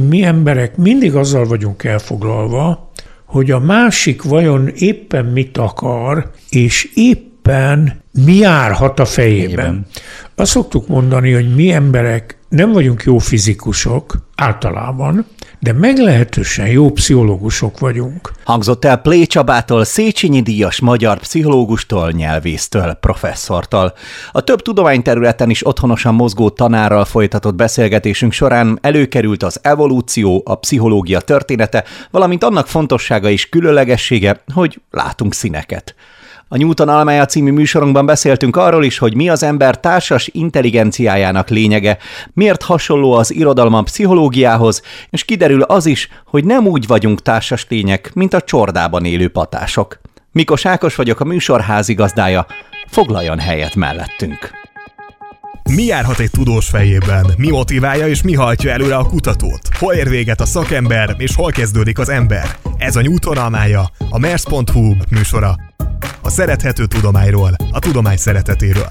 mi emberek mindig azzal vagyunk elfoglalva, hogy a másik vajon éppen mit akar, és éppen mi járhat a fejében. Azt szoktuk mondani, hogy mi emberek nem vagyunk jó fizikusok általában, de meglehetősen jó pszichológusok vagyunk. Hangzott el Plé Csabától, Széchenyi díjas magyar pszichológustól, nyelvésztől, professzortól. A több tudományterületen is otthonosan mozgó tanárral folytatott beszélgetésünk során előkerült az evolúció, a pszichológia története, valamint annak fontossága és különlegessége, hogy látunk színeket. A Newton almája című műsorunkban beszéltünk arról is, hogy mi az ember társas intelligenciájának lényege, miért hasonló az irodalom a pszichológiához, és kiderül az is, hogy nem úgy vagyunk társas lények, mint a csordában élő patások. Mikos Ákos vagyok, a műsor házigazdája, foglaljon helyet mellettünk. Mi járhat egy tudós fejében? Mi motiválja és mi hajtja előre a kutatót? Hol ér véget a szakember és hol kezdődik az ember? Ez a Newton almája, a Mers.hu műsora. A szerethető tudományról, a tudomány szeretetéről.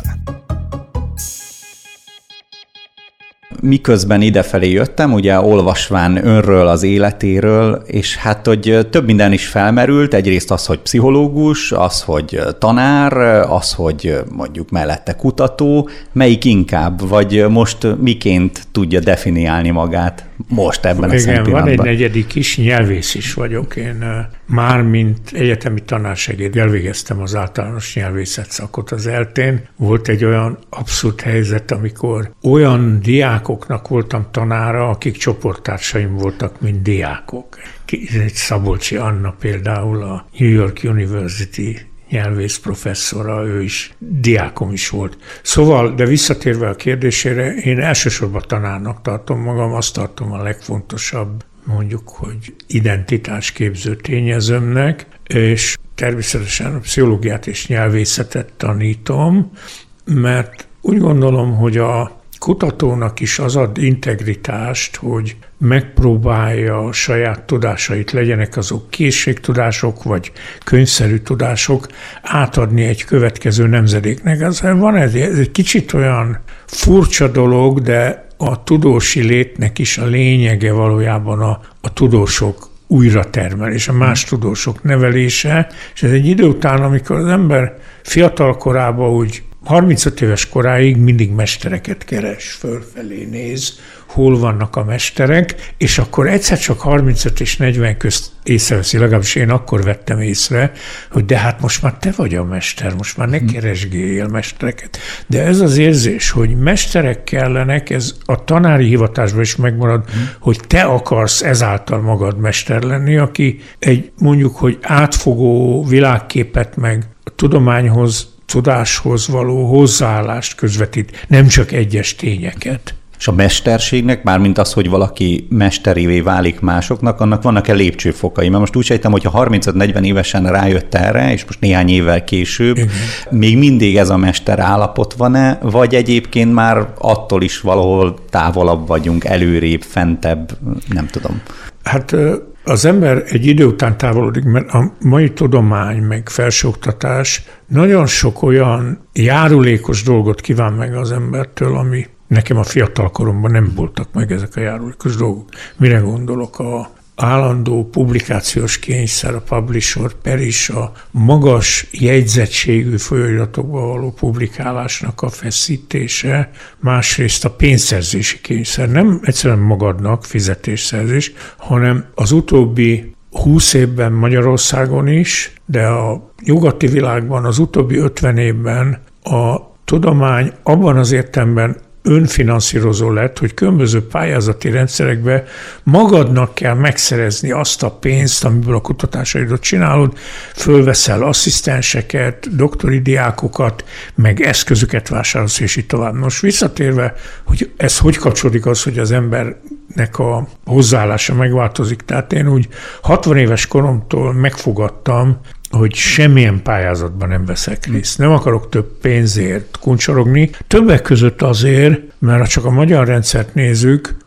Miközben idefelé jöttem, ugye olvasván önről, az életéről, és hát, hogy több minden is felmerült, egyrészt az, hogy pszichológus, az, hogy tanár, az, hogy mondjuk mellette kutató, melyik inkább, vagy most miként tudja definiálni magát most ebben a szempillanatban? Van egy negyedik is, nyelvész is vagyok. Én már mint egyetemi tanársegéd elvégeztem az általános nyelvészet szakot az ELTE-n. Volt egy olyan abszurd helyzet, amikor olyan diákoknak voltam tanára, akik csoporttársaim voltak, mint diákok. Szabolcsi Anna például a New York University nyelvész professzora, ő is diákom is volt. Szóval, de visszatérve a kérdésére, én elsősorban tanárnak tartom magam, azt tartom a legfontosabb, mondjuk, hogy identitásképző tényezőmnek, és természetesen a pszichológiát és nyelvészetet tanítom, mert úgy gondolom, hogy a kutatónak is az ad integritást, hogy megpróbálja a saját tudásait, legyenek azok készségtudások, vagy könyvszerű tudások, átadni egy következő nemzedéknek. Ez egy kicsit olyan furcsa dolog, de a tudósi létnek is a lényege valójában a tudósok újratermelése, más tudósok nevelése, és ez egy idő után, amikor az ember fiatal korában úgy 35 éves koráig mindig mestereket keres, fölfelé néz, hol vannak a mesterek, és akkor egyszer csak 35 és 40 közt észreveszi, legalábbis én akkor vettem észre, hogy de hát most már te vagy a mester, most már ne keresgéljél mestereket. De ez az érzés, hogy mesterek kellenek, ez a tanári hivatásban is megmarad, hogy te akarsz ezáltal magad mester lenni, aki egy mondjuk, hogy átfogó világképet meg a tudományhoz, tudáshoz való hozzáállást közvetít, nem csak egyes tényeket. És a mesterségnek, mármint az, hogy valaki mesterévé válik másoknak, annak vannak-e lépcsőfokai? Mert most úgy sejtem, hogyha 35-40 évesen rájött erre, és most néhány évvel később, még mindig ez a mester állapot van-e, vagy egyébként már attól is valahol távolabb vagyunk, előrébb, fentebb, nem tudom. Hát az ember egy idő után távolodik, mert a mai tudomány, meg felsőoktatás nagyon sok olyan járulékos dolgot kíván meg az embertől, ami nekem a fiatal koromban nem voltak meg ezek a járulékos dolgok. Mire gondolok? A állandó publikációs kényszer, a publisher per is, a magas jegyzettségű folyóiratokban való publikálásnak a feszítése, másrészt a pénzszerzési kényszer. Nem egyszerűen magadnak fizetésszerzés, hanem az utóbbi 20 évben Magyarországon is, de a nyugati világban az utóbbi 50 évben a tudomány abban az értelemben önfinanszírozó lett, hogy különböző pályázati rendszerekbe magadnak kell megszerezni azt a pénzt, amiből a kutatásaidat csinálod, fölveszel asszisztenseket, doktori diákokat, meg eszközöket vásárolsz, és így tovább. Most visszatérve, hogy ez hogy kapcsolódik az, hogy az embernek a hozzáállása megváltozik. Tehát én úgy 60 éves koromtól megfogadtam, hogy semmilyen pályázatban nem veszek részt. Nem akarok több pénzért kuncsorogni. Többek között azért, mert ha csak a magyar rendszert nézzük,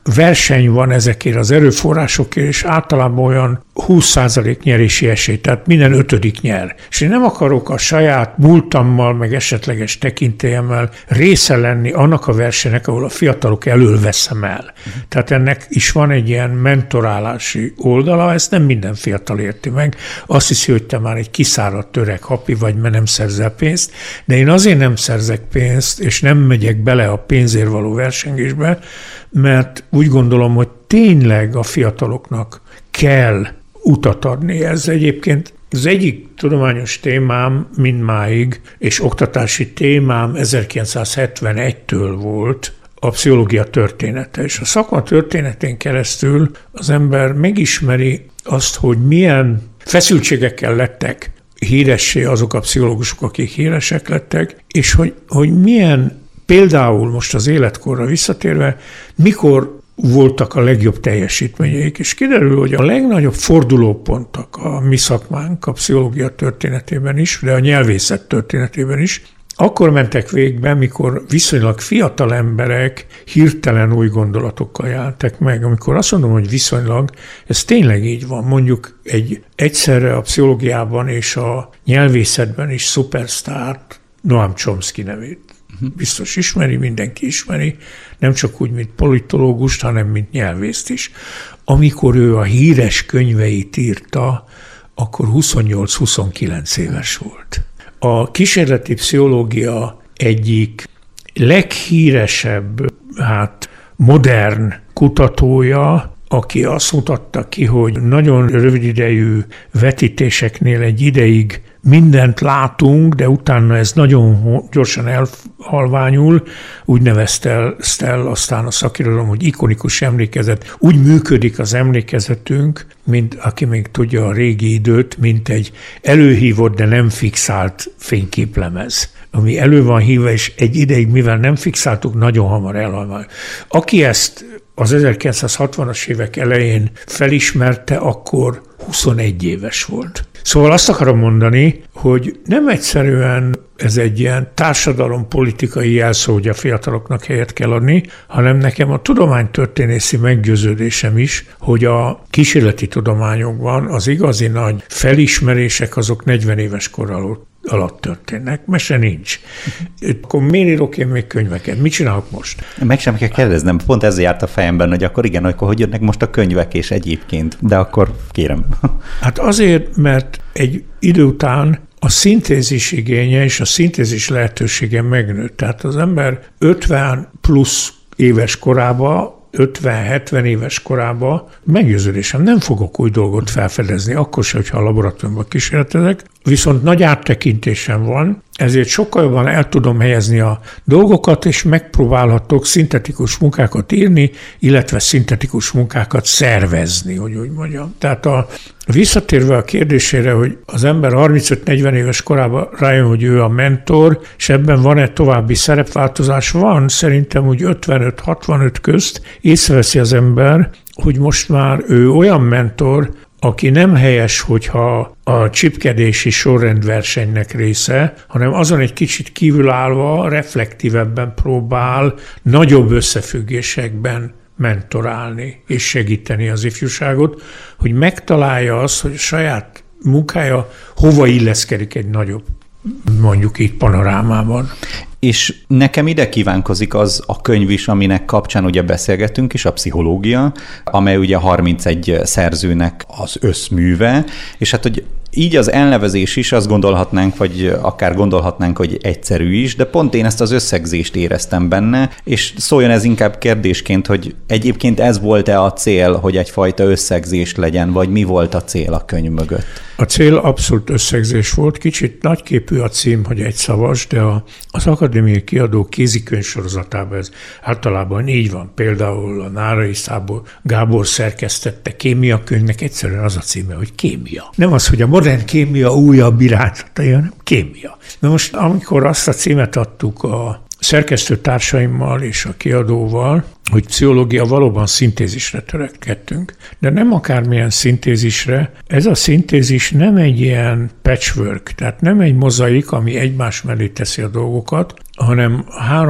verseny van ezekért az erőforrásokért, és általában olyan 20% nyerési esély, tehát minden 5. nyer. És én nem akarok a saját múltammal, meg esetleges tekintélyemmel része lenni annak a versenynek, ahol a fiatalok elől veszem el. Tehát ennek is van egy ilyen mentorálási oldala, ezt nem minden fiatal érti meg. Azt hiszi, hogy te már egy kiszáradt öreg hapi vagy, mert nem szerzel pénzt, de én azért nem szerzek pénzt, és nem megyek bele a pénzért való versengésbe, mert úgy gondolom, hogy tényleg a fiataloknak kell utat adni. Ez egyébként az egyik tudományos témám mindmáig, és oktatási témám 1971-től volt a pszichológia története. És a szakma történetén keresztül az ember megismeri azt, hogy milyen feszültségekkel lettek híressé azok a pszichológusok, akik híresek lettek, és hogy milyen például most az életkorra visszatérve, mikor voltak a legjobb teljesítményeik, és kiderül, hogy a legnagyobb fordulópontok a mi szakmánk, a pszichológia történetében is, de a nyelvészet történetében is, akkor mentek végbe, mikor viszonylag fiatal emberek hirtelen új gondolatokkal jelentek meg. Amikor azt mondom, hogy viszonylag, ez tényleg így van. Mondjuk egyszerre a pszichológiában és a nyelvészetben is szupersztárt, Noam Chomsky nevét biztos ismeri, mindenki ismeri, nem csak úgy, mint politológust, hanem mint nyelvészt is. Amikor ő a híres könyveit írta, akkor 28-29 éves volt. A kísérleti pszichológia egyik leghíresebb, modern kutatója, aki azt mutatta ki, hogy nagyon rövid idejű vetítéseknél egy ideig mindent látunk, de utána ez nagyon gyorsan elhalványul, úgy nevezte el aztán a szakirodalom, hogy ikonikus emlékezet. Úgy működik az emlékezetünk, mint aki még tudja a régi időt, mint egy előhívott, de nem fixált fényképlemez, ami elő van hívva, és egy ideig, mivel nem fixáltuk, nagyon hamar elhalvány. Aki ezt az 1960-as évek elején felismerte, akkor 21 éves volt. Szóval azt akarom mondani, hogy nem egyszerűen ez egy ilyen társadalompolitikai jelszó, hogy a fiataloknak helyet kell adni, hanem nekem a tudománytörténészi meggyőződésem is, hogy a kísérleti tudományokban az igazi nagy felismerések azok 40 éves kor alatt történnek, mese nincs. Akkor miért írok én még könyveket? Mit csinálok most? Meg sem kell kérdeznem, pont ez járt a fejemben, hogy akkor igen, akkor hogy jönnek most a könyvek és egyébként, de akkor kérem. Hát azért, mert egy idő után a szintézis igénye és a szintézis lehetősége megnőtt. Tehát az ember 50 plusz éves korában, 50-70 éves korában meggyőződésem, nem fogok új dolgot felfedezni, akkor se, hogyha a laboratóriumban kísérletezek, viszont nagy áttekintésem van, ezért sokkal jobban el tudom helyezni a dolgokat, és megpróbálhatok szintetikus munkákat írni, illetve szintetikus munkákat szervezni, hogy úgy mondjam. Tehát visszatérve a kérdésére, hogy az ember 35-40 éves korában rájön, hogy ő a mentor, és ebben van-e további szerepváltozás? Van, szerintem úgy 55-65 közt észreveszi az ember, hogy most már ő olyan mentor, aki nem helyes, hogyha a csipkedési sorrendversenynek része, hanem azon egy kicsit kívülállva, reflektívebben próbál nagyobb összefüggésekben mentorálni és segíteni az ifjúságot, hogy megtalálja azt, hogy a saját munkája hova illeszkedik egy nagyobb, mondjuk így panorámában. És nekem ide kívánkozik az a könyv is, aminek kapcsán ugye beszélgetünk is, a Pszichológia, amely ugye 31 szerzőnek az összműve, és hát, hogy így az elnevezés is azt gondolhatnánk, vagy akár gondolhatnánk, hogy egyszerű is, de pont én ezt az összegzést éreztem benne, és szóljon ez inkább kérdésként, hogy egyébként ez volt-e a cél, hogy egyfajta összegzés legyen, vagy mi volt a cél a könyv mögött? A cél abszolút összegzés volt, kicsit nagyképű a cím, hogy egyszavas, de az akadémiai kiadó kézikönyv sorozatában ez általában így van. Például a Nárai Gábor szerkesztette kémiakönyvnek egyszerűen az a címe, hogy kémia. Nem az, hogy a modern kémia újabb irányzatai, hanem kémia. Na most, amikor azt a címet adtuk a szerkesztőtársaimmal és a kiadóval, hogy pszichológia, valóban szintézisre törekedtünk, de nem akármilyen szintézisre. Ez a szintézis nem egy ilyen patchwork, tehát nem egy mozaik, ami egymás mellé teszi a dolgokat, hanem 3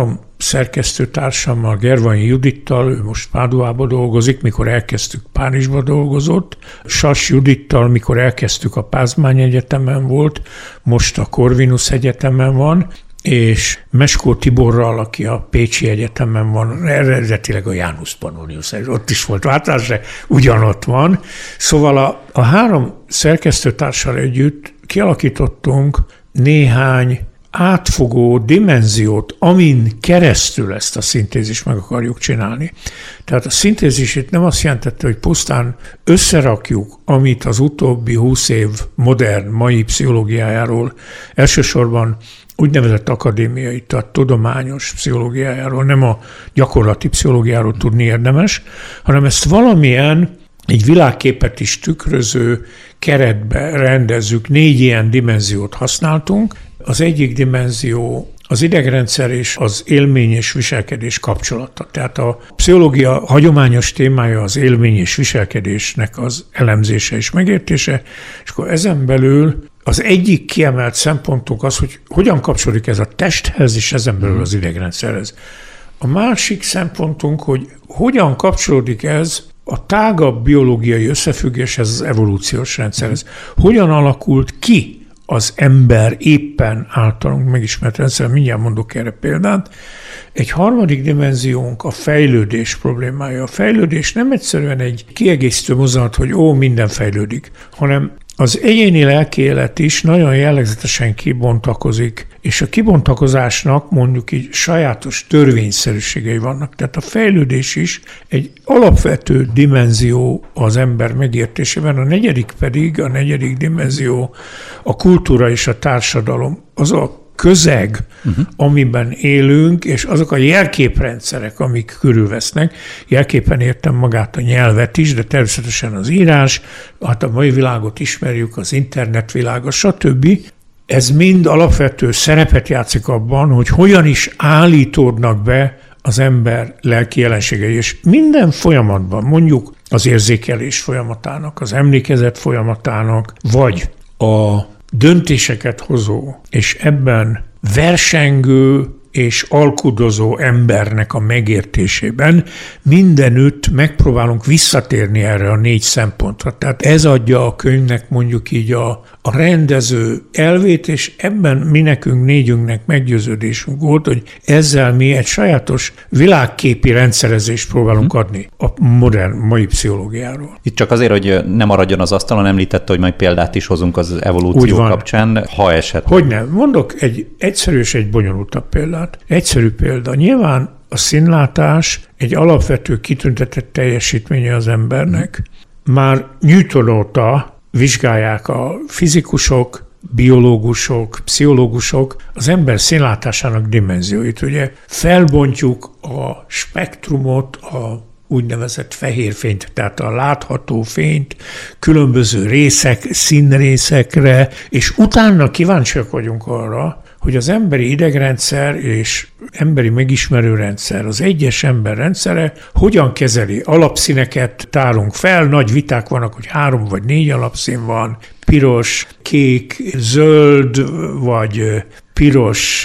szerkesztőtársammal, Gervai Judittal, ő most Páduában dolgozik, mikor elkezdtük, Párizsba dolgozott, Sas Judittal, mikor elkezdtük, a Pázmány Egyetemen volt, most a Corvinus Egyetemen van, és Meskó Tiborral, aki a Pécsi Egyetemen van, eredetileg a Janus Pannonius, ott is volt váltás, de ugyanott van. Szóval a 3 szerkesztőtársal együtt kialakítottunk néhány átfogó dimenziót, amin keresztül ezt a szintézist meg akarjuk csinálni. Tehát a szintézis itt nem azt jelentette, hogy pusztán összerakjuk, amit az utóbbi 20 év modern, mai pszichológiájáról, elsősorban úgynevezett akadémiai, tehát tudományos pszichológiájáról, nem a gyakorlati pszichológiáról tudni érdemes, hanem ezt valamilyen egy világképet is tükröző keretbe rendezzük. 4 ilyen dimenziót használtunk. Az egyik dimenzió az idegrendszer és az élmény és viselkedés kapcsolata. Tehát a pszichológia hagyományos témája az élmény és viselkedésnek az elemzése és megértése, és akkor ezen belül az egyik kiemelt szempontunk az, hogy hogyan kapcsolódik ez a testhez, és ezen belül az idegrendszerhez. A másik szempontunk, hogy hogyan kapcsolódik ez a tágabb biológiai összefüggéshez, az evolúciós rendszerhez. Hogyan alakult ki az ember éppen általunk megismert rendszer, mindjárt mondok erre példát. Egy harmadik dimenziónk a fejlődés problémája. A fejlődés nem egyszerűen egy kiegészítő mozzanat, hogy minden fejlődik, hanem az egyéni lelki élet is nagyon jellegzetesen kibontakozik, és a kibontakozásnak mondjuk így sajátos törvényszerűségei vannak. Tehát a fejlődés is egy alapvető dimenzió az ember megértésében, a negyedik dimenzió a kultúra és a társadalom. Az a közeg, amiben élünk, és azok a jelképrendszerek, amik körülvesznek. Jelképen értem magát a nyelvet is, de természetesen az írás, hát a mai világot ismerjük, az internetvilága, stb. Ez mind alapvető szerepet játszik abban, hogy hogyan is állítódnak be az ember lelki jelenségei, és minden folyamatban, mondjuk az érzékelés folyamatának, az emlékezet folyamatának, vagy a döntéseket hozó, és ebben versengő és alkudozó embernek a megértésében mindenütt megpróbálunk visszatérni erre a 4 szempontra. Tehát ez adja a könyvnek mondjuk így a rendező elvét, és ebben mi nekünk 4-ünknek meggyőződésünk volt, hogy ezzel mi egy sajátos világképi rendszerezést próbálunk adni a modern, mai pszichológiáról. Itt csak azért, hogy ne maradjon az asztalon, említette, hogy majd példát is hozunk az evolúció kapcsán, ha esetleg. Hogyne. Mondok egy egyszerű és egy bonyolultabb példát. Egyszerű példa. Nyilván a színlátás egy alapvető kitüntetett teljesítménye az embernek. Már Newton óta vizsgálják a fizikusok, biológusok, pszichológusok az ember színlátásának dimenzióit. Ugye felbontjuk a spektrumot, a úgynevezett fehérfényt, tehát a látható fényt különböző részek, színrészekre, és utána kíváncsiak vagyunk arra, hogy az emberi idegrendszer és emberi megismerő rendszer, az egyes ember rendszere hogyan kezeli. Alapszíneket tárunk fel, nagy viták vannak, hogy 3 vagy 4 alapszín van, piros, kék, zöld, vagy piros,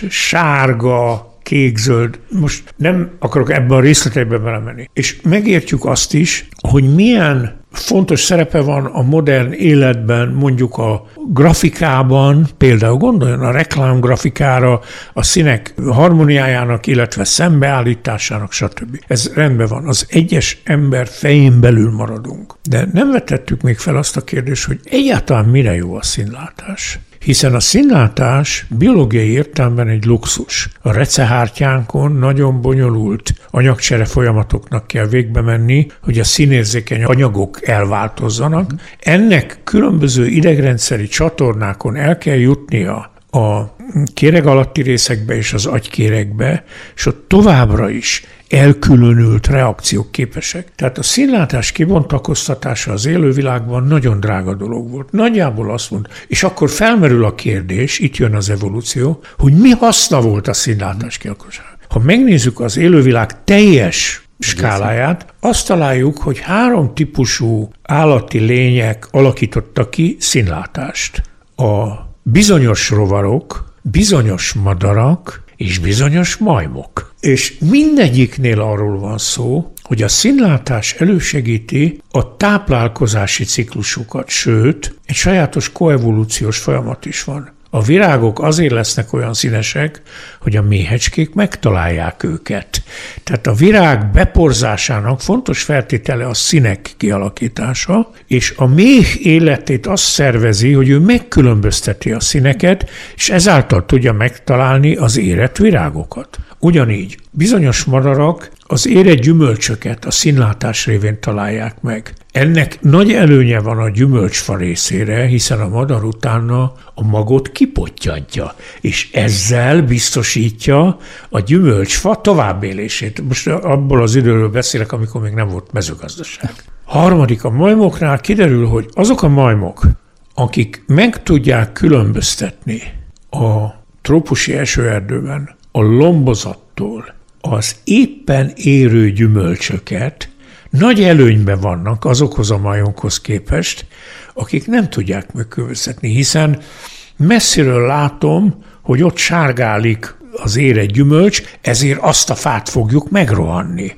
sárga, kék-zöld. Most nem akarok ebben a részleteiben belemenni. És megértjük azt is, hogy milyen fontos szerepe van a modern életben, mondjuk a grafikában, például gondoljon a reklámgrafikára, a színek harmóniájának, illetve szembeállításának, stb. Ez rendben van. Az egyes ember fején belül maradunk. De nem vetettük még fel azt a kérdést, hogy egyáltalán mire jó a színlátás. Hiszen a színlátás biológiai értelemben egy luxus. A recehártyánkon nagyon bonyolult anyagcsere folyamatoknak kell végbe menni, hogy a színérzékeny anyagok elváltozzanak. Ennek különböző idegrendszeri csatornákon el kell jutnia a kéreg alatti részekbe és az agykéregbe, és ott továbbra is elkülönült reakciók képesek. Tehát a színlátás kibontakoztatása az élővilágban nagyon drága dolog volt. Nagyjából azt mond, és akkor felmerül a kérdés, itt jön az evolúció, hogy mi haszna volt a színlátás kialakulásának. Ha megnézzük az élővilág teljes skáláját, azt találjuk, hogy 3 típusú állati lények alakítottak ki színlátást. A bizonyos rovarok, bizonyos madarak és bizonyos majmok. És mindegyiknél arról van szó, hogy a színlátás elősegíti a táplálkozási ciklusokat, sőt, egy sajátos koevolúciós folyamat is van. A virágok azért lesznek olyan színesek, hogy a méhecskék megtalálják őket. Tehát a virág beporzásának fontos feltétele a színek kialakítása, és a méh életét azt szervezi, hogy ő megkülönbözteti a színeket, és ezáltal tudja megtalálni az érett virágokat. Ugyanígy bizonyos madarak az érett gyümölcsöket a színlátás révén találják meg. Ennek nagy előnye van a gyümölcsfa részére, hiszen a madar utána a magot kipottyantja, és ezzel biztosítja a gyümölcsfa továbbélését. Most abból az időről beszélek, amikor még nem volt mezőgazdaság. Harmadik, a majmoknál kiderül, hogy azok a majmok, akik meg tudják különböztetni a trópusi esőerdőben a lombozattól az éppen érő gyümölcsöket, nagy előnyben vannak azokhoz a majmokhoz képest, akik nem tudják megkülönböztetni, hiszen messziről látom, hogy ott sárgálik az érett gyümölcs, ezért azt a fát fogjuk megrohanni.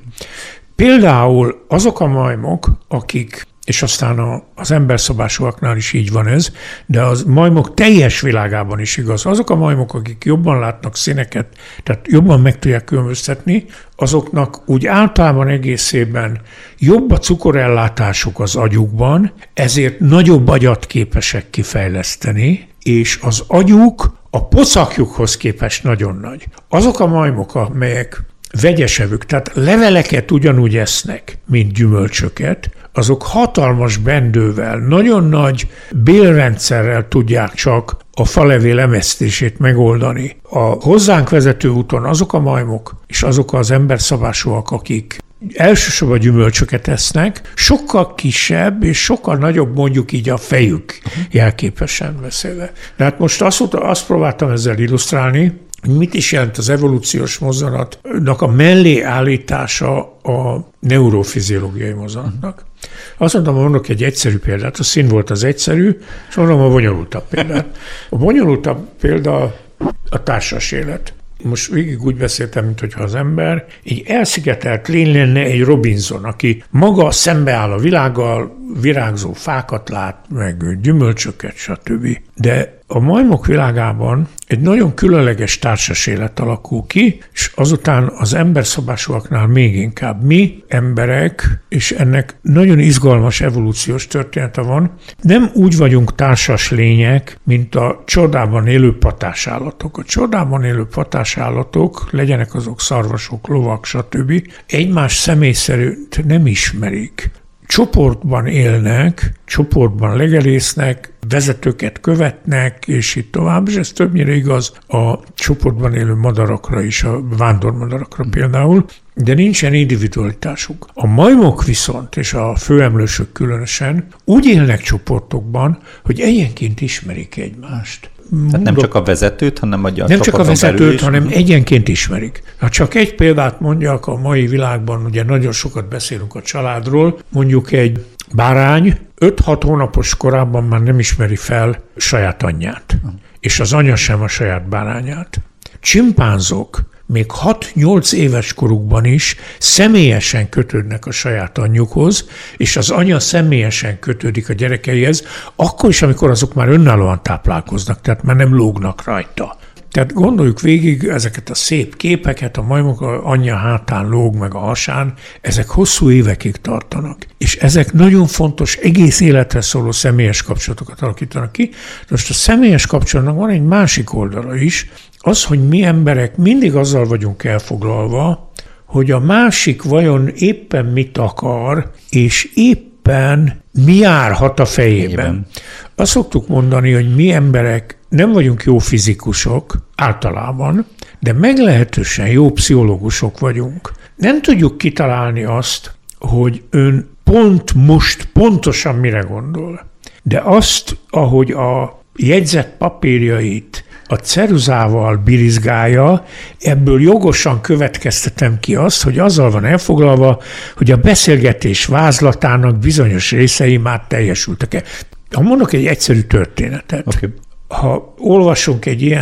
Például azok a majmok, akik, és aztán az emberszabásúaknál is így van ez, de az majmok teljes világában is igaz. Azok a majmok, akik jobban látnak színeket, tehát jobban meg tudják különböztetni, azoknak úgy általában egészében jobb a cukorellátásuk az agyukban, ezért nagyobb agyat képesek kifejleszteni, és az agyuk a pocakjukhoz képest nagyon nagy. Azok a majmok, amelyek vegyesevük, tehát leveleket ugyanúgy esznek, mint gyümölcsöket, azok hatalmas bendővel, nagyon nagy bélrendszerrel tudják csak a falevél emésztését megoldani. A hozzánk vezető úton azok a majmok és azok az emberszabásúak, akik elsősorban gyümölcsöket esznek, sokkal kisebb és sokkal nagyobb, mondjuk így a fejük, jelképesen beszélve. De hát most azt próbáltam ezzel illusztrálni, hogy mit is jelent az evolúciós mozzanatnak a mellé állítása a neurofiziológiai mozzanatnak. Azt mondok egy egyszerű példát, a szín volt az egyszerű, és mondom a bonyolultabb példát. A bonyolultabb példa a társas élet. Most végig úgy beszéltem, mintha az ember egy elszigetelt lény lenne, egy Robinson, aki maga szembeáll a világgal, virágzó fákat lát, meg gyümölcsöket, stb. De a majmok világában egy nagyon különleges társas élet alakul ki, és azután az emberszabásúaknál még inkább mi, emberek, és ennek nagyon izgalmas evolúciós története van, nem úgy vagyunk társas lények, mint a csodában élő patásállatok. A csodában élő patásállatok, legyenek azok szarvasok, lovak, stb., egymás személy szerint nem ismerik. Csoportban élnek, csoportban legelésznek, vezetőket követnek, és így tovább, és ez többnyire igaz a csoportban élő madarakra is, a vándormadarakra például, de nincsen individualitásuk. A majmok viszont, és a főemlősök különösen, úgy élnek csoportokban, hogy egyenként ismerik egymást. Tehát nem csak a vezetőt, hanem a nem csak a vezetőt, hanem egyenként ismerik. Ha csak egy példát mondjak, a mai világban ugye nagyon sokat beszélünk a családról, mondjuk egy bárány 5-6 hónapos korában már nem ismeri fel saját anyját, és az anya sem a saját bárányát. Csimpánzok még 6-8 éves korukban is személyesen kötődnek a saját anyjukhoz, és az anya személyesen kötődik a gyerekeihez, akkor is, amikor azok már önállóan táplálkoznak, tehát már nem lógnak rajta. Tehát gondoljuk végig ezeket a szép képeket, a majmok anyja hátán lóg meg a hasán, ezek hosszú évekig tartanak. És ezek nagyon fontos, egész életre szóló személyes kapcsolatokat alakítanak ki. Most a személyes kapcsolatnak van egy másik oldala is, az, hogy mi emberek mindig azzal vagyunk elfoglalva, hogy a másik vajon éppen mit akar, és éppen mi járhat a fejében. Azt szoktuk mondani, hogy mi emberek nem vagyunk jó fizikusok általában, de meglehetősen jó pszichológusok vagyunk. Nem tudjuk kitalálni azt, hogy ön pont most pontosan mire gondol. De azt, ahogy a jegyzett papírjait a ceruzával birizgálja, ebből jogosan következtetem ki azt, hogy azzal van elfoglalva, hogy a beszélgetés vázlatának bizonyos részei már teljesültek. Ha mondok egy egyszerű történetet, ha olvasunk egy ilyen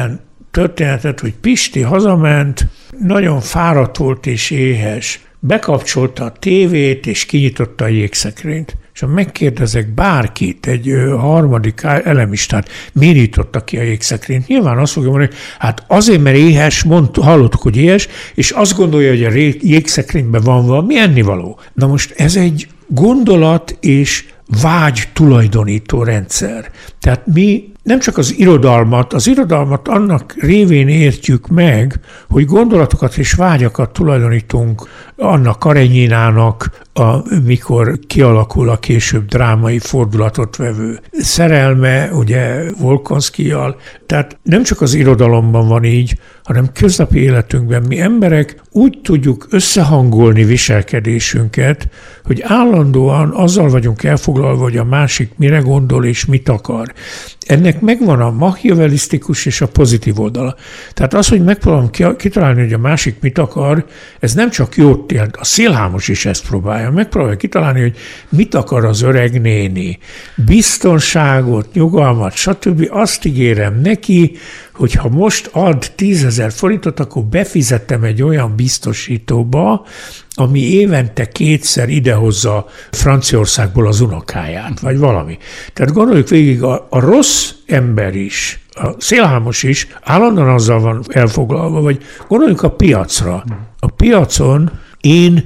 történetet, hogy Pisti hazament, nagyon fáradt volt és éhes. Bekapcsolta a tévét, és kinyitotta a jégszekrényt. És ha megkérdezek bárkit, egy harmadik elemistát, miért nyitotta ki a jégszekrényt? Nyilván azt fogja mondani, hogy hát azért, mert éhes, hallottuk, hogy éhes, és azt gondolja, hogy a jégszekrényben van valami ennivaló. Na most ez egy gondolat és vágy tulajdonító rendszer. Tehát mi nem csak az irodalmat annak révén értjük meg, hogy gondolatokat és vágyakat tulajdonítunk annak Karenyinának, mikor kialakul a később drámai fordulatot vevő szerelme, ugye Volkonszkijjal. Tehát nem csak az irodalomban van így, hanem köznapi életünkben mi emberek úgy tudjuk összehangolni viselkedésünket, hogy állandóan azzal vagyunk elfoglalva, hogy a másik mire gondol és mit akar. Ennek megvan a machiavellisztikus és a pozitív oldala. Tehát az, hogy megpróbálom kitalálni, hogy a másik mit akar, ez nem csak jót jelent. A Szélhámos is ezt próbálja. Megpróbálja kitalálni, hogy mit akar az öreg néni. Biztonságot, nyugalmat, stb. Azt ígérem neki, hogy ha most ad 10 000 forintot, akkor befizettem egy olyan biztosítóba, ami évente 2-szer idehozza Franciaországból az unokáját, vagy valami. Tehát gondoljuk végig, a rossz ember is, a Szélhámos is állandóan azzal van elfoglalva, vagy gondoljuk a piacra. A piacon én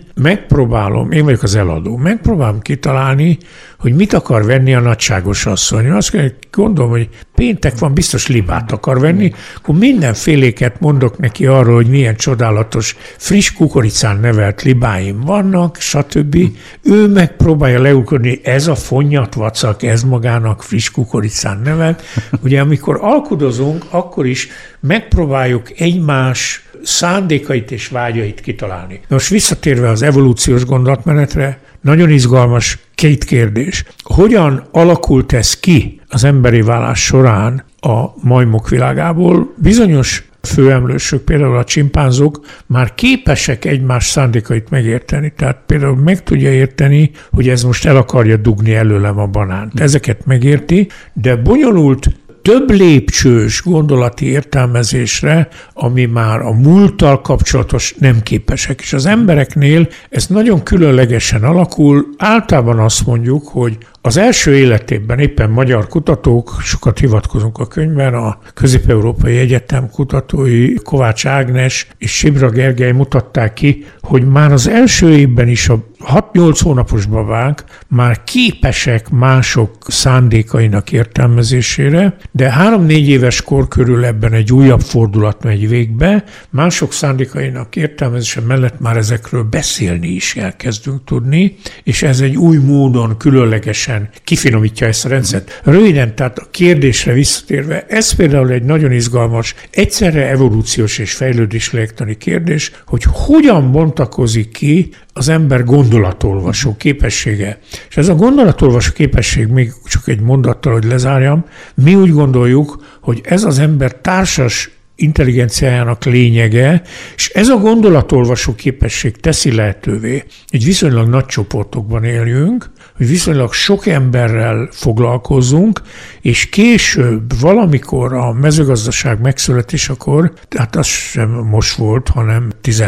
vagyok az eladó, megpróbálom kitalálni, hogy mit akar venni a nagyságos asszony. Azt gondolom, hogy péntek van, biztos libát akar venni, akkor mindenféléket mondok neki arról, hogy milyen csodálatos, friss kukoricán nevelt libáim vannak, stb. Ő megpróbálja leugorni, ez a fonnyat vacak, ez magának friss kukoricán nevelt. Ugye amikor alkudozunk, akkor is megpróbáljuk egymás szándékait és vágyait kitalálni. Most visszatérve az evolúciós gondolatmenetre, nagyon izgalmas 2 kérdés. Hogyan alakult ez ki az emberi válás során a majmok világából? Bizonyos főemlősök, például a csimpánzok már képesek egymás szándékait megérteni. Tehát például meg tudja érteni, hogy ez most el akarja dugni előlem a banánt. Ezeket megérti, de bonyolult több lépcsős gondolati értelmezésre, ami már a múlttal kapcsolatos, nem képesek. És az embereknél ez nagyon különlegesen alakul. Általában azt mondjuk, hogy az első életében éppen magyar kutatók, sokat hivatkozunk a könyvben, a Közép-Európai Egyetem kutatói Kovács Ágnes és Sibra Gergely mutatták ki, hogy már az első évben is a 6-8 hónapos babák már képesek mások szándékainak értelmezésére, de 3-4 éves kor körül ebben egy újabb fordulat megy végbe, mások szándékainak értelmezése mellett már ezekről beszélni is elkezdünk tudni, és ez egy új módon különlegesen kifinomítja ezt a rendszert. Röviden, tehát a kérdésre visszatérve, ez például egy nagyon izgalmas, egyszerre evolúciós és fejlődéslélektani kérdés, hogy hogyan bontakozik ki az ember gondolatolvasó képessége. És ez a gondolatolvasó képesség, még csak egy mondattal, hogy lezárjam, mi úgy gondoljuk, hogy ez az ember társas intelligenciájának lényege, és ez a gondolatolvasó képesség teszi lehetővé, hogy viszonylag nagy csoportokban éljünk, hogy viszonylag sok emberrel foglalkozzunk, és később, valamikor a mezőgazdaság megszületésekor, tehát az sem most volt, hanem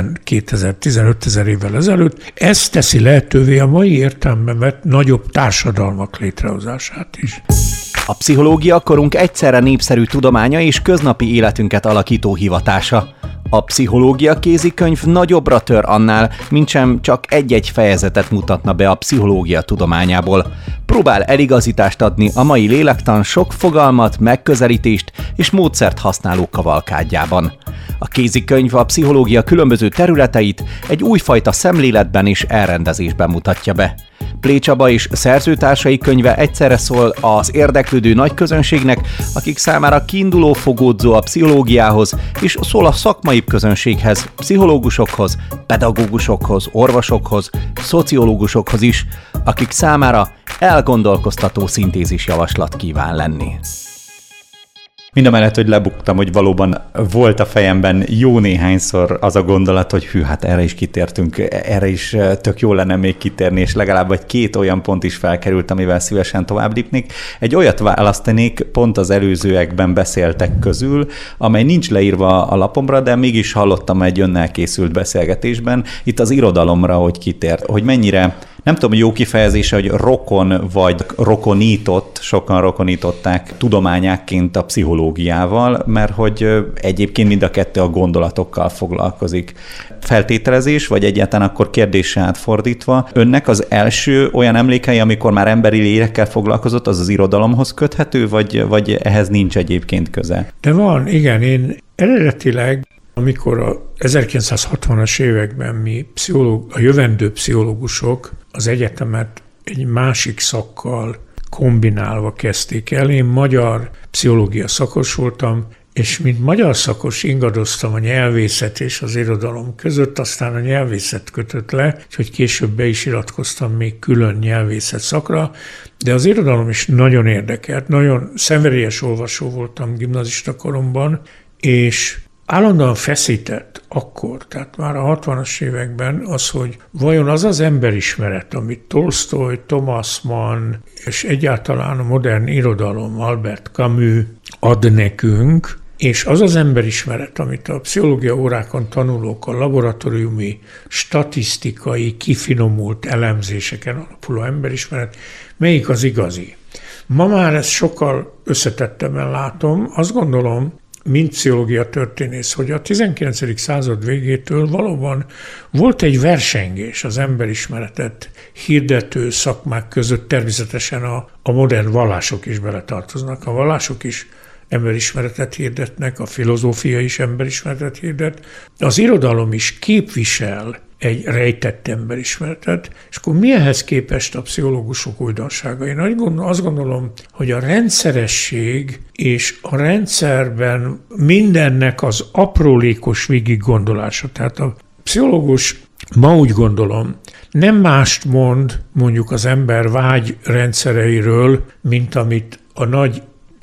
15 000 évvel ezelőtt, ez teszi lehetővé a mai értelemben vett nagyobb társadalmak létrehozását is. A pszichológia korunk egyszerre népszerű tudománya és köznapi életünket alakító hivatása. A pszichológia kézikönyv nagyobbra tör annál, mintsem csak egy-egy fejezetet mutatna be a pszichológia tudományából. Próbál eligazítást adni a mai lélektan sok fogalmat, megközelítést és módszert használó kavalkádjában. A kézikönyv a pszichológia különböző területeit egy újfajta szemléletben és elrendezésben mutatja be. Plé Csaba és szerzőtársai könyve egyszerre szól az érdeklődő nagyközönségnek, akik számára kiinduló fogódzó a pszichológiához, és szól a szakmai közönséghez, pszichológusokhoz, pedagógusokhoz, orvosokhoz, szociológusokhoz is, akik számára elgondolkoztató szintézis javaslat kíván lenni. Mindamellett, hogy lebuktam, hogy valóban volt a fejemben jó néhányszor az a gondolat, hogy hű, hát erre is kitértünk, erre is tök jó lenne még kitérni, és legalább vagy 2 olyan pont is felkerült, amivel szívesen tovább lépnék. Egy olyat választanék pont az előzőekben beszéltek közül, amely nincs leírva a lapomra, de mégis hallottam egy önnel készült beszélgetésben, itt az irodalomra, hogy kitért, hogy mennyire, nem tudom, jó kifejezése, hogy rokon vagy rokonított, sokan rokonították tudományákként a pszichológiával, mert hogy egyébként mind a kettő a gondolatokkal foglalkozik. Feltételezés, vagy egyáltalán akkor kérdéssel átfordítva, önnek az első olyan emlékei, amikor már emberi lélekkel foglalkozott, az irodalomhoz köthető, vagy ehhez nincs egyébként köze? De van, igen, én eredetileg, amikor a 1960-as években mi a jövendő pszichológusok az egyetemet egy másik szakkal kombinálva kezdték el. Én magyar pszichológia szakos voltam, és mint magyar szakos ingadoztam a nyelvészet és az irodalom között, aztán a nyelvészet kötött le, úgyhogy később be is iratkoztam még külön nyelvészet szakra, de az irodalom is nagyon érdekelt, nagyon szenvedélyes olvasó voltam gimnazista koromban, és állandóan feszített akkor, tehát már a 60-as években az, hogy vajon az az emberismeret, amit Tolsztoj, Thomas Mann és egyáltalán a modern irodalom, Albert Camus ad nekünk, és az az emberismeret, amit a pszichológia órákon tanulók, a laboratóriumi, statisztikai, kifinomult elemzéseken alapuló emberismeret, melyik az igazi? Ma már ezt sokkal összetettebben látom, azt gondolom, mint pszichológia történész, hogy a 19. század végétől valóban volt egy versengés az emberismeretet hirdető szakmák között, természetesen a modern vallások is beletartoznak. A vallások is emberismeretet hirdetnek, a filozófia is emberismeretet hirdet, az irodalom is képvisel egy rejtett emberismeretet, és akkor mi ehhez képest a pszichológusok újdonsága? Én azt gondolom, hogy a rendszeresség és a rendszerben mindennek az aprólékos végiggondolása. Tehát a pszichológus, ma úgy gondolom, nem mást mond mondjuk az ember vágyrendszereiről, mint amit a nagy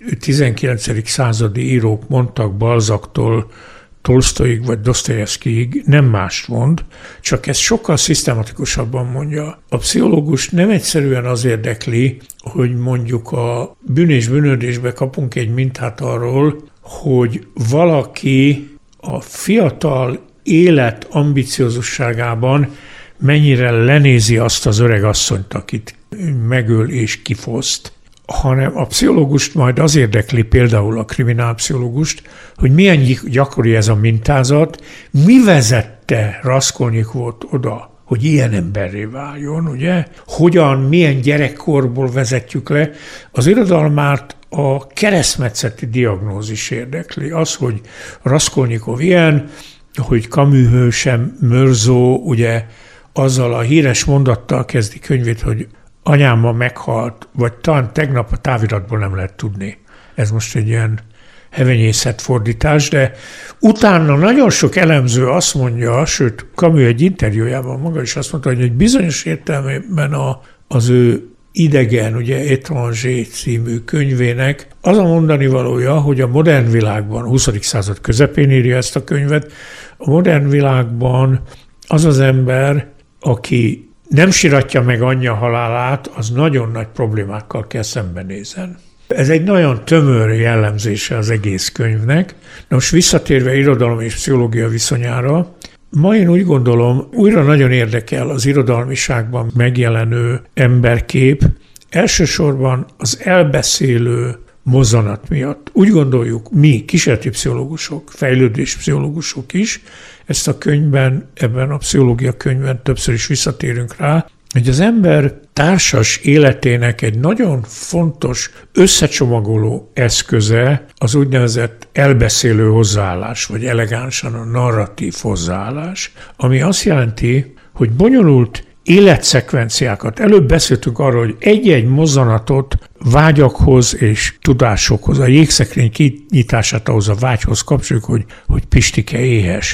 19. századi írók mondtak Balzaktól Tolsztojig vagy Dosztojevszkijig, nem mást mond, csak ezt sokkal szisztematikusabban mondja. A pszichológus nem egyszerűen az érdekli, hogy mondjuk a bűn és bűnöldésbe kapunk egy mintát arról, hogy valaki a fiatal élet ambiciózusságában mennyire lenézi azt az öreg asszonyt, akit megöl és kifoszt, hanem a pszichológust majd az érdekli, például a kriminálpszichológust, hogy milyen gyakori ez a mintázat, mi vezette Raskolnikót oda, hogy ilyen emberré váljon, ugye? Hogyan, milyen gyerekkorból vezetjük le. Az irodalmát a keresztmetszeti diagnózis érdekli. Az, hogy Raskolnikov ilyen, hogy Camus hőse, Meursault, ugye, azzal a híres mondattal kezdi könyvét, hogy anyám ma meghalt, vagy talán tegnap a táviratból nem lehet tudni. Ez most egy ilyen hevenyészet fordítás, de utána nagyon sok elemző azt mondja, sőt, Camus egy interjújában maga is azt mondta, hogy egy bizonyos értelemben az ő Idegen, ugye Étranger című könyvének az a mondani valója, hogy a modern világban, 20. század közepén írja ezt a könyvet, a modern világban az az ember, aki nem siratja meg anyja halálát, az nagyon nagy problémákkal kell szembenézen. Ez egy nagyon tömör jellemzése az egész könyvnek. Na most visszatérve irodalom és pszichológia viszonyára, ma én úgy gondolom, újra nagyon érdekel az irodalmiságban megjelenő emberkép, elsősorban az elbeszélő mozzanat miatt. Úgy gondoljuk mi, kísérleti pszichológusok, fejlődés pszichológusok is, ezt a könyvben, ebben a pszichológia könyvben többször is visszatérünk rá, hogy az ember társas életének egy nagyon fontos összecsomagoló eszköze az úgynevezett elbeszélő hozzáállás, vagy elegánsan a narratív hozzáállás, ami azt jelenti, hogy bonyolult életszekvenciákat. Előbb beszéltünk arról, hogy egy-egy mozzanatot vágyakhoz és tudásokhoz, a jégszekrény kinyitását ahhoz a vágyhoz kapcsoljuk, hogy Pistike éhes.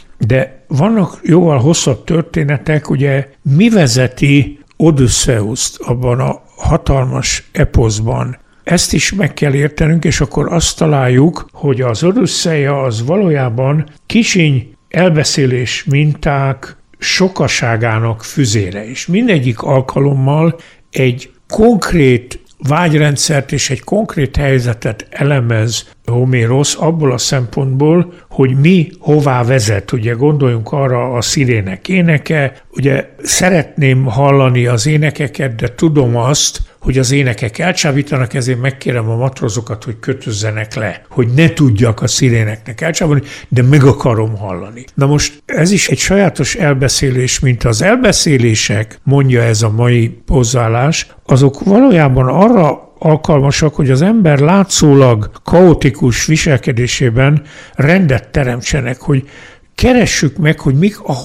De vannak jóval hosszabb történetek, ugye mi vezeti Odüsszeuszt abban a hatalmas eposzban ezt is meg kell értenünk, és akkor azt találjuk, hogy az Odüsszeia az valójában kisiny elbeszélés minták sokaságának füzére, és mindegyik alkalommal egy konkrét vágyrendszert és egy konkrét helyzetet elemez Homérosz abból a szempontból, hogy mi hová vezet. Ugye gondoljunk arra a szirének éneke, ugye szeretném hallani az énekeket, de tudom azt, hogy az énekek elcsábítanak, ezért megkérem a matrózokat, hogy kötözzenek le, hogy ne tudjak a sziréneknek elcsábítani, de meg akarom hallani. Na most ez is egy sajátos elbeszélés, mint az elbeszélések, mondja ez a mai hozzáállás, azok valójában arra alkalmasak, hogy az ember látszólag kaotikus viselkedésében rendet teremtsenek, hogy keressük meg, hogy mik a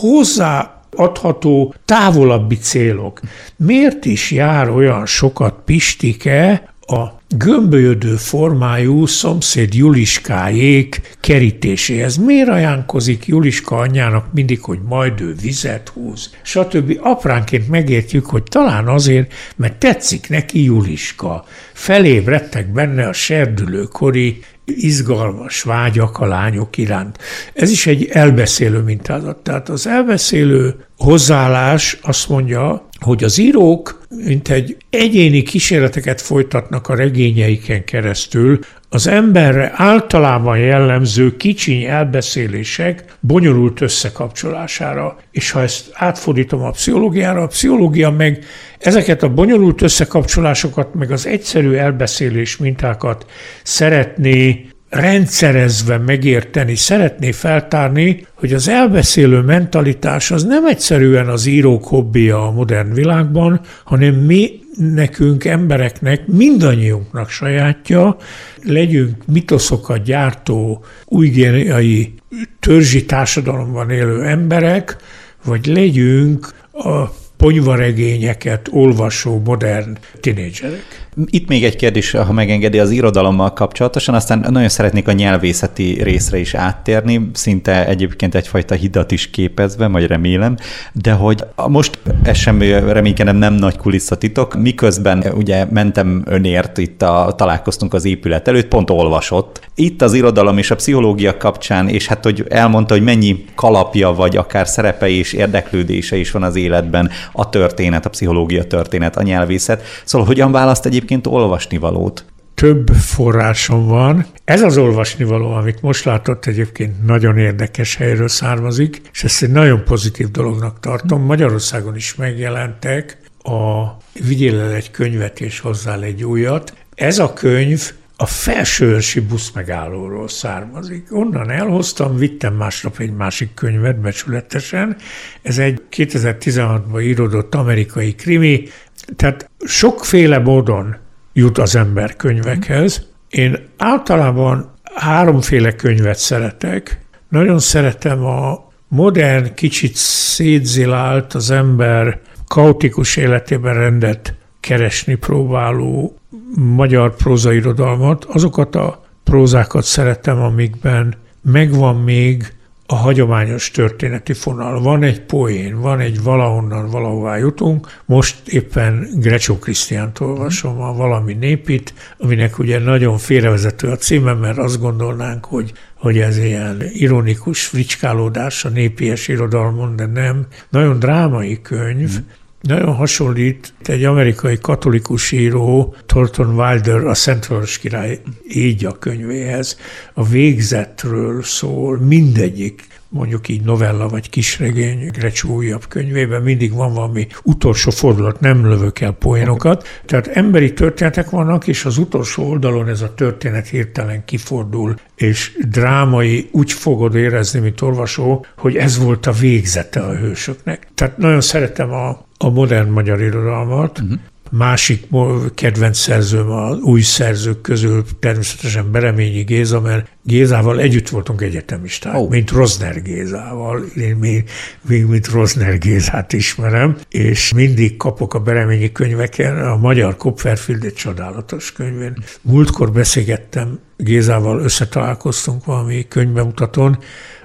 hozzáadható távolabbi célok. Miért is jár olyan sokat Pistike a gömbölyödő formájú szomszéd Juliskáék kerítéséhez? Miért ajánkozik Juliska anyjának mindig, hogy majd ő vizet húz, stb. Apránként megértjük, hogy talán azért, mert tetszik neki Juliska. Felébredtek benne a serdülőkori izgalmas vágyak a lányok iránt. Ez is egy elbeszélő mintázat. Tehát az elbeszélő hozzáállás azt mondja, hogy az írók mint egy egyéni kísérleteket folytatnak a regényeiken keresztül, az emberre általában jellemző kicsiny elbeszélések bonyolult összekapcsolására. És ha ezt átfordítom a pszichológiára, a pszichológia meg ezeket a bonyolult összekapcsolásokat, meg az egyszerű elbeszélés mintákat szeretné rendszerezve megérteni, szeretné feltárni, hogy az elbeszélő mentalitás az nem egyszerűen az írók hobbija a modern világban, hanem mi nekünk, embereknek, mindannyiunknak sajátja, legyünk mitoszokat gyártó, újgéniai törzsi társadalomban élő emberek, vagy legyünk a ponyvaregényeket olvasó modern tinédzserek. Itt még egy kérdés, ha megengedi, az irodalommal kapcsolatosan, aztán nagyon szeretnék a nyelvészeti részre is áttérni, szinte egyébként egyfajta hidat is képezve, majd remélem, de hogy most ez sem reménykedem nem nagy kulisszatitok, miközben ugye mentem önért, találkoztunk az épület előtt, pont olvasott. Itt az irodalom és a pszichológia kapcsán, és hát hogy elmondta, hogy mennyi kalapja, vagy akár szerepe és érdeklődése is van az életben a történet, a pszichológia történet, a nyelvészet. Szóval hogyan választ egyébként olvasnivalót? Több forrásom van. Ez az olvasnivaló, amit most látott, egyébként nagyon érdekes helyről származik, és ezt egy nagyon pozitív dolognak tartom. Magyarországon is megjelentek a Vigyél el egy könyvet és hozzál egy újat. Ez a könyv a Felsőörsi buszmegállóról származik. Onnan elhoztam, vittem másnap egy másik könyvet becsületesen. Ez egy 2016-ban íródott amerikai krimi, tehát sokféle módon jut az ember könyvekhez. Én általában háromféle könyvet szeretek. Nagyon szeretem a modern, kicsit szétzilált, az ember kaotikus életében rendet keresni próbáló magyar prózairodalmat. Azokat a prózákat szeretem, amikben megvan még a hagyományos történeti fonal. Van egy poén, van egy valahonnan valahová jutunk. Most éppen Grecsó Krisztiánt olvasom, a Valami népit, aminek ugye nagyon félrevezető a címe, mert azt gondolnánk, hogy ez ilyen ironikus fricskálódás a népies irodalmon, de nem. Nagyon drámai könyv. Nagyon hasonlít egy amerikai katolikus író, Thornton Wilder, a Szentváros király így a könyvéhez. A végzetről szól, mindegyik, mondjuk így novella vagy kisregény Grecsó újabb könyvében mindig van valami utolsó fordulat, nem lövök el poénokat. Tehát emberi történetek vannak, és az utolsó oldalon ez a történet hirtelen kifordul, és drámai, úgy fogod érezni, mint olvasó, hogy ez volt a végzete a hősöknek. Tehát nagyon szeretem a modern magyar irodalmat. Másik kedvenc szerzőm az új szerzők közül természetesen Bereményi Géza, mert Gézával együtt voltunk egyetemisták, mint Rosner Gézával. Én még mint Rosner Gézát ismerem, és mindig kapok a Bereményi könyveken, a magyar Copperfield egy csodálatos könyvén. Múltkor beszélgettem Gézával, összetalálkoztunk valami könyvbemutatón,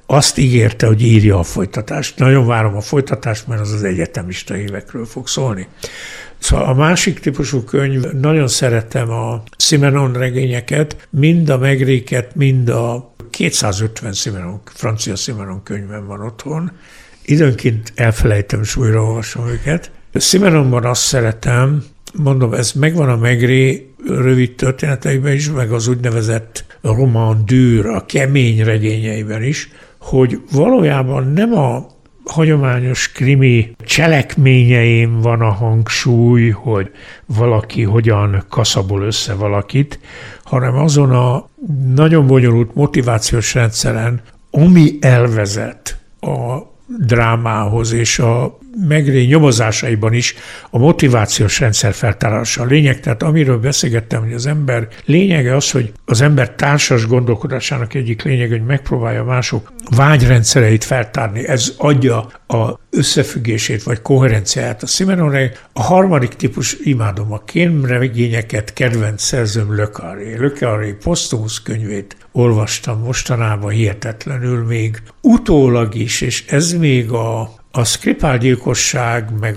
azt ígérte, hogy írja a folytatást. Nagyon várom a folytatást, mert az egyetemista évekről fog szólni. Szóval a másik típusú könyv, nagyon szeretem a Simenon regényeket, mind a Megréket, mind a 250 francia Simenon könyvem van otthon. Időnként elfelejtem, és újra olvasom őket. Simenonban azt szeretem, mondom, ez megvan a Maigret rövid történeteiben is, meg az úgynevezett roman dur, a kemény regényeiben is, hogy valójában nem a hagyományos krimi cselekményeim van a hangsúly, hogy valaki hogyan kaszabol össze valakit, hanem azon a nagyon bonyolult motivációs rendszeren, ami elvezet a drámához, és a Maigret nyomozásaiban is a motivációs rendszer feltárása a lényeg. Tehát amiről beszélgettem, hogy az ember lényege az, hogy az ember társas gondolkodásának egyik lényege, hogy megpróbálja mások vágyrendszereit feltárni. Ez adja a összefüggését vagy koherenciáját a Simenonra. A harmadik típus, imádom a kémregényeket, kedvenc szerzőm Le Carré. Le Carré posztumusz könyvét olvastam mostanában hihetetlenül, még utólag is, és ez még a Skripal gyilkosság meg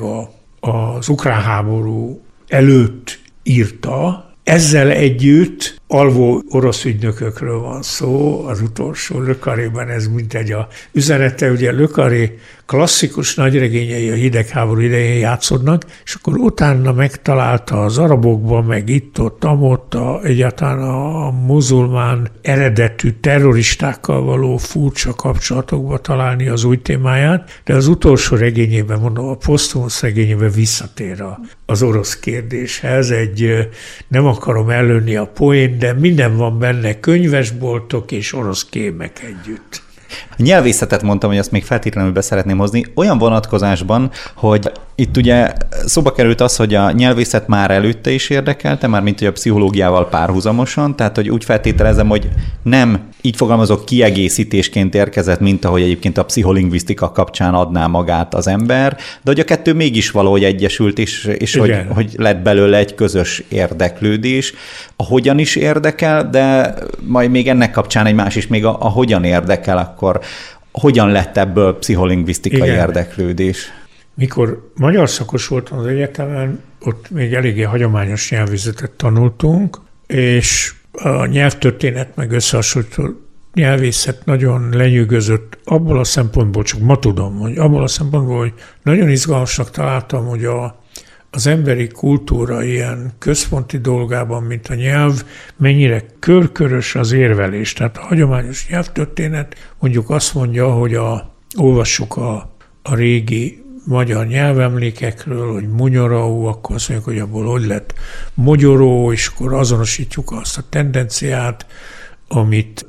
az ukrán háború előtt írta. Ezzel együtt alvó orosz ügynökökről van szó, az utolsó Le Carréban ez mintegy a üzenete. Ugye Le Carré klasszikus nagyregényei a hidegháború idején játszódnak, és akkor utána megtalálta az arabokban, meg itt-ott, amott egyáltalán a muzulmán eredetű terroristákkal való furcsa kapcsolatokba találni az új témáját, de az utolsó regényében, mondom, a posztumusz regényében visszatér az orosz kérdéshez. Nem akarom előni a poént, de minden van benne, könyvesboltok és orosz kémek együtt. A nyelvészetet mondtam, hogy azt még feltétlenül be szeretném hozni, olyan vonatkozásban, hogy itt ugye szóba került az, hogy a nyelvészet már előtte is érdekelte, már mint hogy a pszichológiával párhuzamosan, tehát hogy úgy feltételezem, hogy nem így fogalmazok kiegészítésként érkezett, mint ahogy egyébként a pszicholingvisztika kapcsán adná magát az ember, de hogy a kettő mégis valahogy egyesült, és hogy lett belőle egy közös érdeklődés. A hogyan is érdekel, de majd még ennek kapcsán egy más is, még a hogyan érdekel, akkor hogyan lett ebből pszicholingvisztikai érdeklődés? Mikor magyar szakos voltam az egyetemen, ott még eléggé hagyományos nyelvészetet tanultunk, és a nyelvtörténet meg összehasonlító nyelvészet nagyon lenyűgözött abból a szempontból, csak ma tudom, hogy abból a szempontból, hogy nagyon izgalmasnak találtam, hogy az emberi kultúra ilyen központi dolgában, mint a nyelv, mennyire körkörös az érvelés. Tehát a hagyományos nyelvtörténet mondjuk azt mondja, hogy olvassuk a régi magyar nyelvemlékekről, hogy Munyoró, akkor azt mondjuk, hogy abból hogy lett mogyoró, és akkor azonosítjuk azt a tendenciát, amit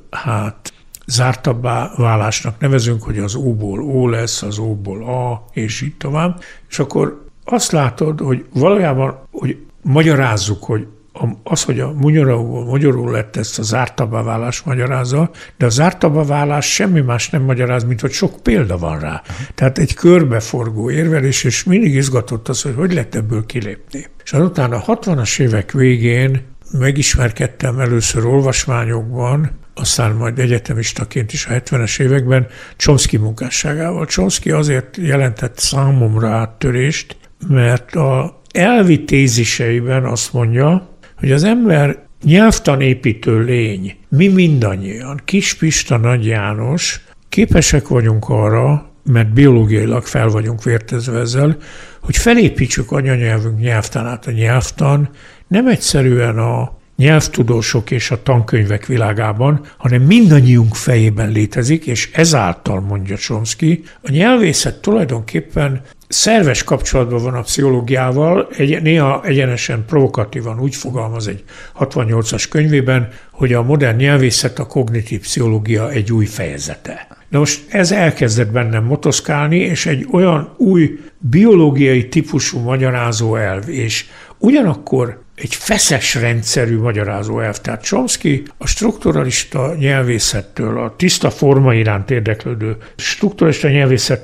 zártabbá válásnak nevezünk, hogy az O-ból O lesz, az O-ból A, és így tovább. És akkor azt látod, hogy valójában, hogy magyarázzuk, hogy hogy a Munyoróból magyarul lett, ezt a zártabbá válás magyarázza, de a zártabbá válás semmi más nem magyaráz, mint hogy sok példa van rá. Tehát egy körbeforgó érvelés, és mindig izgatott az, hogy lett ebből kilépni. És azután a 60-as évek végén megismerkedtem először olvasmányokban, aztán majd egyetemistaként is a 70-es években Chomsky munkásságával. Chomsky azért jelentett számomra áttörést, mert a elvi téziseiben azt mondja, hogy az ember nyelvtanépítő lény, mi mindannyian, Kis Pista, Nagy János, képesek vagyunk arra, mert biológiailag fel vagyunk vértezve ezzel, hogy felépítsük anyanyelvünk nyelvtanát. A nyelvtan nem egyszerűen a nyelvtudósok és a tankönyvek világában, hanem mindannyiunk fejében létezik, és ezáltal, mondja Chomsky, a nyelvészet tulajdonképpen szerves kapcsolatban van a pszichológiával, néha egyenesen provokatívan úgy fogalmaz egy 68-as könyvében, hogy a modern nyelvészet a kognitív pszichológia egy új fejezete. Na most ez elkezdett bennem motoszkálni, és egy olyan új biológiai típusú magyarázó elv, és ugyanakkor egy feszes rendszerű magyarázó elv. Tehát Chomsky a strukturalista nyelvészettől, a tiszta forma iránt érdeklődő strukturalista nyelvészettől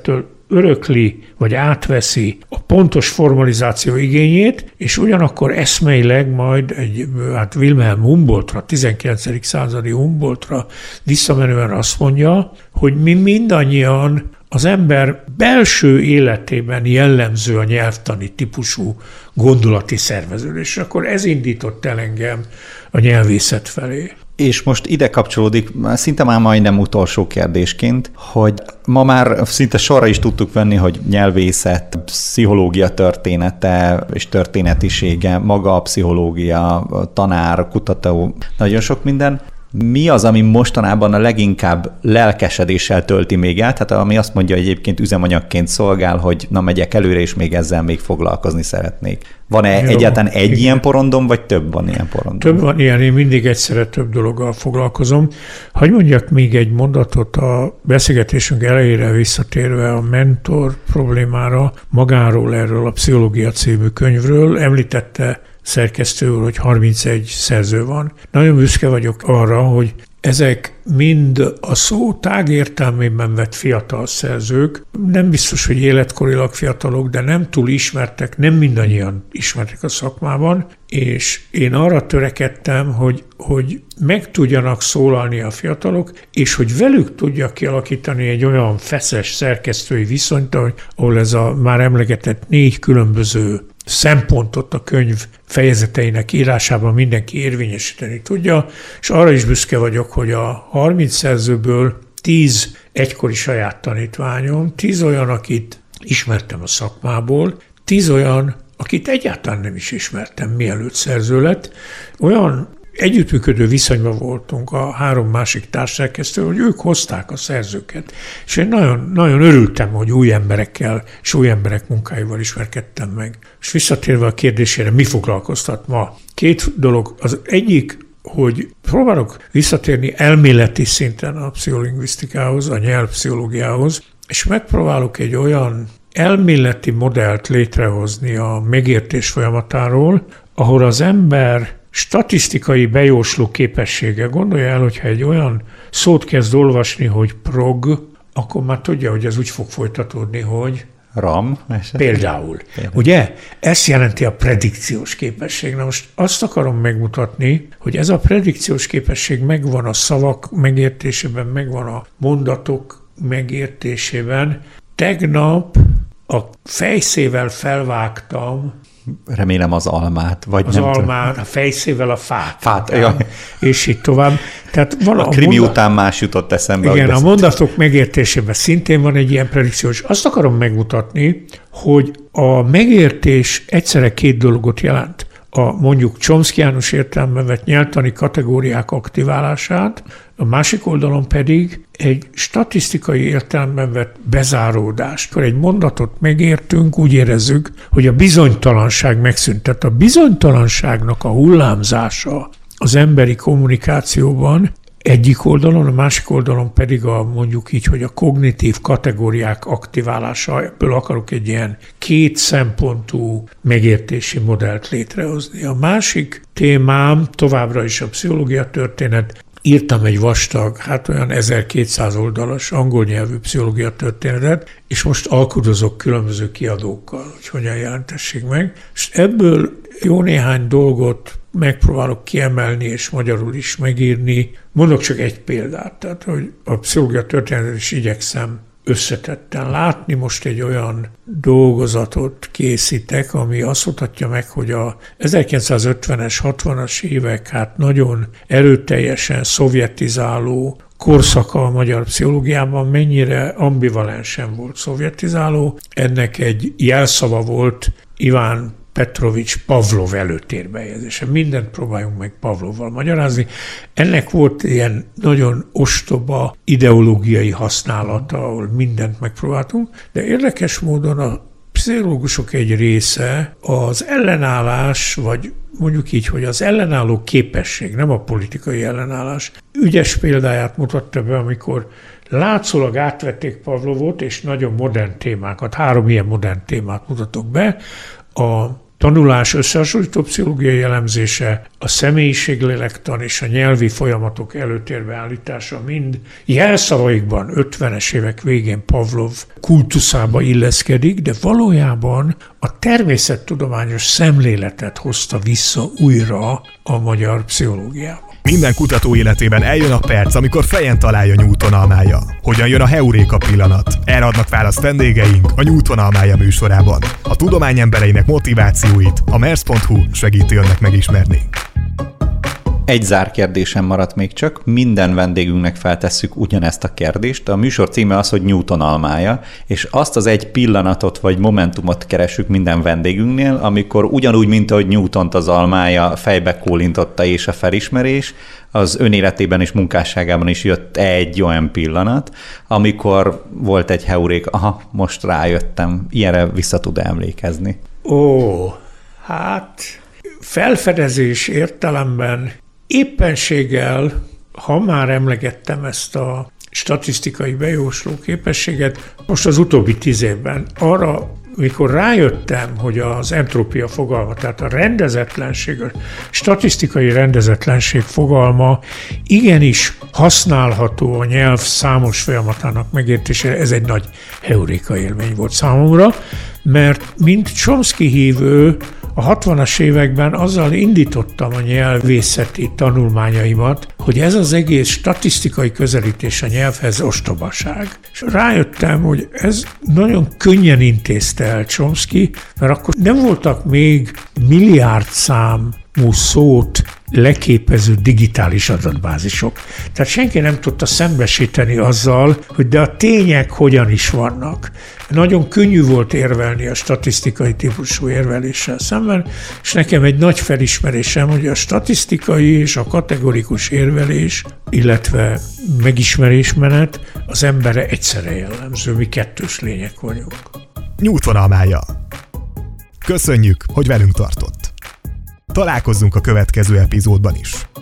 örökli, vagy átveszi a pontos formalizáció igényét, és ugyanakkor eszmeileg majd Wilhelm Humboldtra, 19. századi Humboldtra visszamenően azt mondja, hogy mi mindannyian az ember belső életében jellemző a nyelvtani típusú gondolati szerveződés. Akkor ez indított el engem a nyelvészet felé. És most ide kapcsolódik, szinte már majdnem utolsó kérdésként, hogy ma már szinte sorra is tudtuk venni, hogy nyelvészet, pszichológia története és történetisége, maga a pszichológia, tanár, kutató, nagyon sok minden. Mi az, ami mostanában a leginkább lelkesedéssel tölti még át? Hát ami azt mondja, hogy egyébként üzemanyagként szolgál, hogy na megyek előre, és még ezzel még foglalkozni szeretnék. Van-e egyáltalán egy ilyen porondom, vagy több van ilyen porondom? Több van ilyen, én mindig egyszerre több dologgal foglalkozom. Hadd mondjak még egy mondatot a beszélgetésünk elejére visszatérve a mentor problémára, magáról, erről a Pszichológia című könyvről. Említette szerkesztő úr, hogy 31 szerző van. Nagyon büszke vagyok arra, hogy ezek mind a szó tág értelmében vett fiatal szerzők, nem biztos, hogy életkorilag fiatalok, de nem túl ismertek, nem mindannyian ismertek a szakmában, és én arra törekedtem, hogy meg tudjanak szólalni a fiatalok, és hogy velük tudjak kialakítani egy olyan feszes szerkesztői viszonyt, ahol ez a már emlegetett 4 különböző szempontot a könyv fejezeteinek írásában mindenki érvényesíteni tudja, és arra is büszke vagyok, hogy a 30 szerzőből 10 egykori saját tanítványom, 10 olyan, akit ismertem a szakmából, 10 olyan, akit egyáltalán nem is ismertem, mielőtt szerző lett. Olyan együttműködő viszonyban voltunk a 3 másik társszerkesztővel, hogy ők hozták a szerzőket. És én nagyon, nagyon örültem, hogy új emberekkel és új emberek munkáival ismerkedtem meg. És visszatérve a kérdésére, mi foglalkoztat ma? 2 dolog. Az egyik, hogy próbálok visszatérni elméleti szinten a pszicholingvisztikához, a nyelvpszichológiához, és megpróbálok egy olyan elméleti modellt létrehozni a megértés folyamatáról, ahol az ember statisztikai bejósló képessége. Gondolja el, hogyha egy olyan szót kezd olvasni, hogy prog, akkor már tudja, hogy ez úgy fog folytatódni, hogy RAM. Például. Ugye? Ez jelenti a predikciós képesség. Na most azt akarom megmutatni, hogy ez a predikciós képesség megvan a szavak megértésében, megvan a mondatok megértésében. Tegnap a fejszével felvágtam remélem az almát, vagy az nem almát, a fejszével a fát. Ja. És így tovább. Tehát a krimi után más jutott eszembe. Igen, a mondatok megértésében szintén van egy ilyen predikció, és azt akarom megmutatni, hogy a megértés egyszerre 2 dolgot jelent. A mondjuk Chomsky-jános értelemben vett nyelvtani kategóriák aktiválását, a másik oldalon pedig egy statisztikai értelemben vett bezáródást. Akkor egy mondatot megértünk, úgy érezzük, hogy a bizonytalanság megszűnt. Tehát a bizonytalanságnak a hullámzása az emberi kommunikációban egyik oldalon, a másik oldalon pedig mondjuk így, hogy a kognitív kategóriák aktiválása, ebből akarok egy ilyen 2 szempontú megértési modellt létrehozni. A másik témám továbbra is a pszichológia történet. Írtam egy vastag, olyan 1200 oldalas angol nyelvű pszichológia történetet, és most alkudozok különböző kiadókkal, hogy hogyan jelentessék meg. És ebből jó néhány dolgot megpróbálok kiemelni, és magyarul is megírni. Mondok csak egy példát, tehát hogy a pszichológia történetet is igyekszem összetetten látni. Most egy olyan dolgozatot készítek, ami azt mutatja meg, hogy a 1950-es, 60-as évek nagyon erőteljesen szovjetizáló korszaka a magyar pszichológiában mennyire ambivalensen volt szovjetizáló. Ennek egy jelszava volt Iván Petrovics Pavlov előtérbe helyezése. Mindent próbáljunk meg Pavlovval magyarázni. Ennek volt ilyen nagyon ostoba ideológiai használata, ahol mindent megpróbáltunk, de érdekes módon a pszichológusok egy része az ellenállás, vagy mondjuk így, hogy az ellenálló képesség, nem a politikai ellenállás, ügyes példáját mutatta be, amikor látszólag átvették Pavlovot, és nagyon modern témákat, 3 ilyen modern témát mutatok be, a tanulás összehasonlító pszichológiai elemzése, a személyiséglélektan és a nyelvi folyamatok előtérbe állítása mind jelszavaikban 50-es évek végén Pavlov kultuszába illeszkedik, de valójában a természettudományos szemléletet hozta vissza újra a magyar pszichológiába. Minden kutató életében eljön a perc, amikor fejen találja Newton almája. Hogyan jön a heuréka pillanat? Erre adnak választ vendégeink a Newton almája műsorában. A tudomány embereinek motivációit a mers.hu segíti önnek megismerni. Egy zárkérdésem maradt még csak, minden vendégünknek feltesszük ugyanezt a kérdést. A műsor címe az, hogy Newton almája, és azt az egy pillanatot vagy momentumot keresünk minden vendégünknél, amikor ugyanúgy, mint ahogy Newtont az almája fejbe kólintotta és a felismerés, az önéletében és munkásságában is jött egy olyan pillanat, amikor volt egy heuréka, most rájöttem, ilyenre vissza tud emlékezni. Hát felfedezés értelemben éppenséggel, ha már emlegettem ezt a statisztikai bejósló képességet, most az utóbbi 10 évben arra, mikor rájöttem, hogy az entrópia fogalma, tehát a rendezetlenség, a statisztikai rendezetlenség fogalma igenis használható a nyelv számos folyamatának megértésére, ez egy nagy heuréka élmény volt számomra, mert mint Chomsky hívő, a 60-as években azzal indítottam a nyelvészeti tanulmányaimat, hogy ez az egész statisztikai közelítés a nyelvhez ostobaság. És rájöttem, hogy ez nagyon könnyen intézte el Chomsky, mert akkor nem voltak még milliárdszámú szót leképező digitális adatbázisok. Tehát senki nem tudta szembesíteni azzal, hogy de a tények hogyan is vannak. Nagyon könnyű volt érvelni a statisztikai típusú érveléssel szemben, és nekem egy nagy felismerésem, hogy a statisztikai és a kategorikus érvelés, illetve megismerésmenet az emberre egyszerre jellemző, mi kettős lények vagyunk. Newton almája. Köszönjük, hogy velünk tartott. Találkozzunk a következő epizódban is.